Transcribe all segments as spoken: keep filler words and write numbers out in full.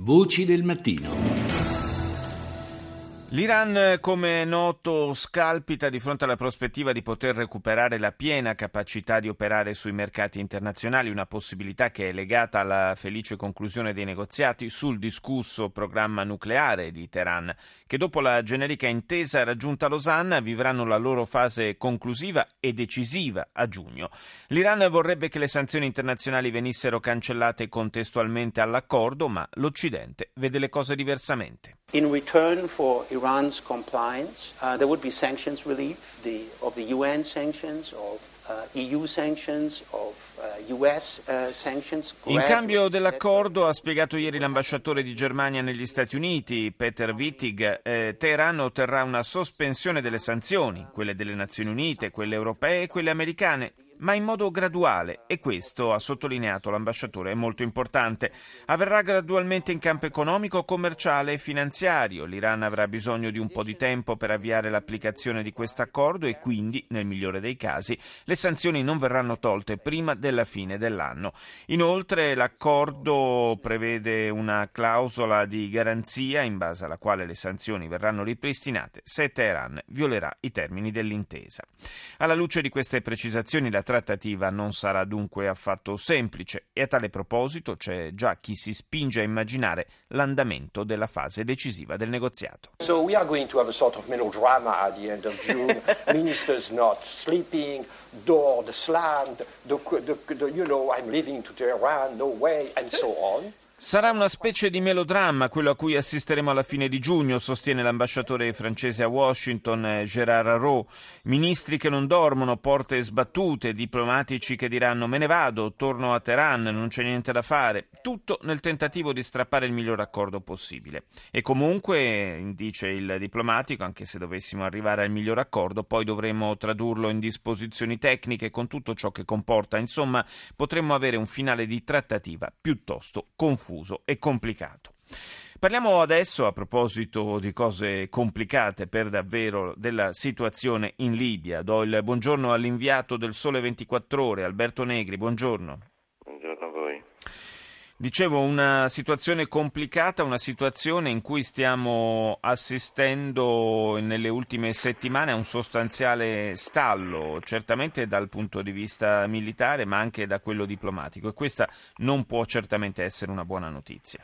Voci del mattino. L'Iran, come è noto, scalpita di fronte alla prospettiva di poter recuperare la piena capacità di operare sui mercati internazionali, una possibilità che è legata alla felice conclusione dei negoziati sul discusso programma nucleare di Teheran, che dopo la generica intesa raggiunta a Losanna vivranno la loro fase conclusiva e decisiva a giugno. L'Iran vorrebbe che le sanzioni internazionali venissero cancellate contestualmente all'accordo, ma l'Occidente vede le cose diversamente. In return for Iran's compliance, uh, there would be sanctions relief the, of the U N sanctions, of uh, E U sanctions, of uh, U S uh, sanctions. In cambio dell'accordo, ha spiegato ieri l'ambasciatore di Germania negli Stati Uniti, Peter Wittig, eh, Teheran otterrà una sospensione delle sanzioni, quelle delle Nazioni Unite, quelle europee e quelle americane, ma in modo graduale, e questo, ha sottolineato l'ambasciatore, è molto importante. Avverrà gradualmente in campo economico, commerciale e finanziario. L'Iran avrà bisogno di un po' di tempo per avviare l'applicazione di questo accordo e quindi, nel migliore dei casi, le sanzioni non verranno tolte prima della fine dell'anno. Inoltre, l'accordo prevede una clausola di garanzia in base alla quale le sanzioni verranno ripristinate se Teheran violerà i termini dell'intesa. Alla luce di queste precisazioni, la trattativa non sarà dunque affatto semplice e a tale proposito c'è già chi si spinge a immaginare l'andamento della fase decisiva del negoziato. So we are going to have a sort of melodrama at the end of June, ministers not sleeping, door slammed, the, the, the, you know, I'm leaving to Tehran, no way, and so on. Sarà una specie di melodramma quello a cui assisteremo alla fine di giugno, sostiene l'ambasciatore francese a Washington, Gérard Araud. Ministri che non dormono, porte sbattute, diplomatici che diranno me ne vado, torno a Teheran, non c'è niente da fare. Tutto nel tentativo di strappare il miglior accordo possibile. E comunque, dice il diplomatico, anche se dovessimo arrivare al miglior accordo, poi dovremo tradurlo in disposizioni tecniche con tutto ciò che comporta. Insomma, potremmo avere un finale di trattativa piuttosto confuso e complicato. Parliamo adesso, a proposito di cose complicate per davvero, della situazione in Libia. Do il buongiorno all'inviato del Sole ventiquattro Ore, Alberto Negri. Buongiorno. Buongiorno a voi. Dicevo, una situazione complicata, una situazione in cui stiamo assistendo nelle ultime settimane a un sostanziale stallo, certamente dal punto di vista militare, ma anche da quello diplomatico, e questa non può certamente essere una buona notizia.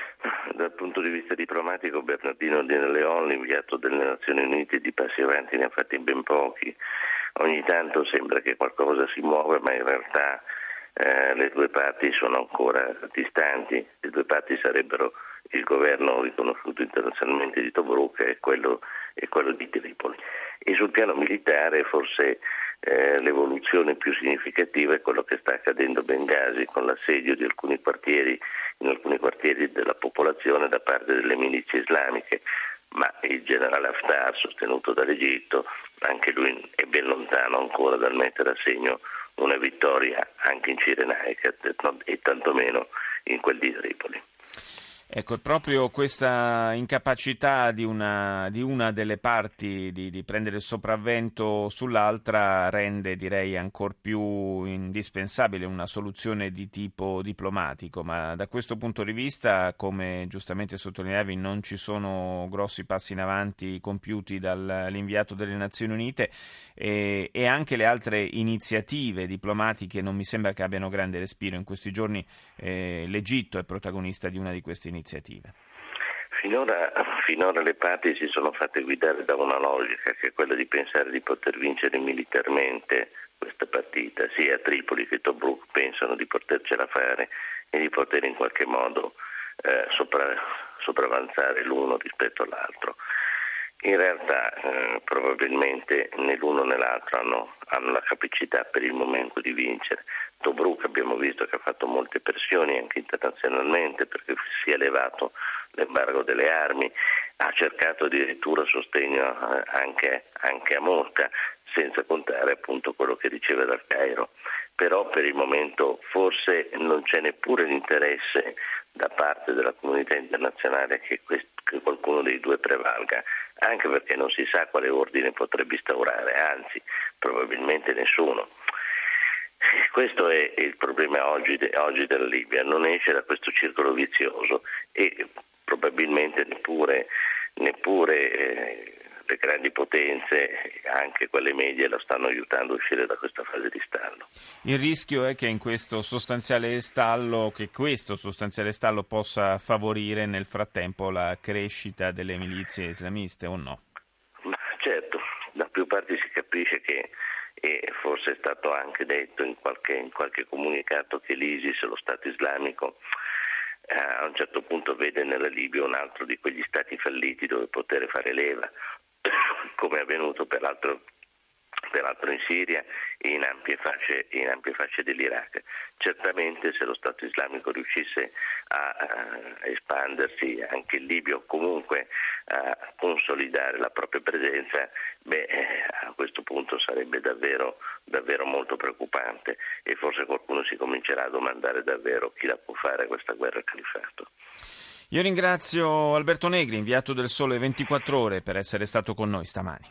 Dal punto di vista diplomatico, Bernardino Leon, l'inviato delle Nazioni Unite, di passi avanti ne ha fatti ben pochi. Ogni tanto sembra che qualcosa si muova, ma in realtà Eh, le due parti sono ancora distanti. Le due parti sarebbero il governo riconosciuto internazionalmente di Tobruk e quello, e quello di Tripoli. E sul piano militare forse eh, l'evoluzione più significativa è quello che sta accadendo a Bengasi, con l'assedio di alcuni quartieri, in alcuni quartieri della popolazione da parte delle milizie islamiche. Ma il generale Haftar, sostenuto dall'Egitto, anche lui è ben lontano ancora dal mettere a segno una vittoria anche in Cirenaica e tantomeno in quel di Tripoli. Ecco, proprio questa incapacità di una, di una delle parti di, di prendere il sopravvento sull'altra rende, direi, ancor più indispensabile una soluzione di tipo diplomatico, ma da questo punto di vista, come giustamente sottolineavi, non ci sono grossi passi in avanti compiuti dall'inviato delle Nazioni Unite e, e anche le altre iniziative diplomatiche non mi sembra che abbiano grande respiro. In questi giorni eh, l'Egitto è protagonista di una di queste iniziative. Finora, finora le parti si sono fatte guidare da una logica che è quella di pensare di poter vincere militarmente questa partita. Sia Tripoli che Tobruk pensano di potercela fare e di poter in qualche modo eh, sopra, sopravanzare l'uno rispetto all'altro. In realtà eh, probabilmente né l'uno né l'altro hanno, hanno la capacità per il momento di vincere. Tobruk abbiamo visto che ha fatto molte pressioni anche internazionalmente perché si è elevato l'embargo delle armi, ha cercato addirittura sostegno eh, anche, anche a Mosca, senza contare appunto quello che riceve dal Cairo. Però per il momento forse non c'è neppure l'interesse da parte della comunità internazionale che, quest- che qualcuno dei due prevalga, anche perché non si sa quale ordine potrebbe instaurare, anzi probabilmente nessuno. Questo è il problema oggi, de, oggi della Libia, non esce da questo circolo vizioso e probabilmente neppure, neppure eh, le grandi potenze, anche quelle medie, lo stanno aiutando a uscire da questa fase di stallo. Il rischio è che in questo sostanziale stallo, che questo sostanziale stallo possa favorire nel frattempo la crescita delle milizie islamiste, o no? Ma certo, da più parti si capisce che, e forse è stato anche detto in qualche, in qualche comunicato, che l'ISIS, lo Stato islamico, eh, a un certo punto vede nella Libia un altro di quegli stati falliti dove poter fare leva, come è avvenuto peraltro, peraltro in Siria e in ampie fasce, in ampie fasce dell'Iraq. Certamente se lo Stato islamico riuscisse a, a espandersi anche in Libia o comunque a consolidare la propria presenza, beh, a questo punto sarebbe davvero, davvero molto preoccupante e forse qualcuno si comincerà a domandare davvero chi la può fare questa guerra al califato. Io ringrazio Alberto Negri, inviato del Sole ventiquattro Ore, per essere stato con noi stamani.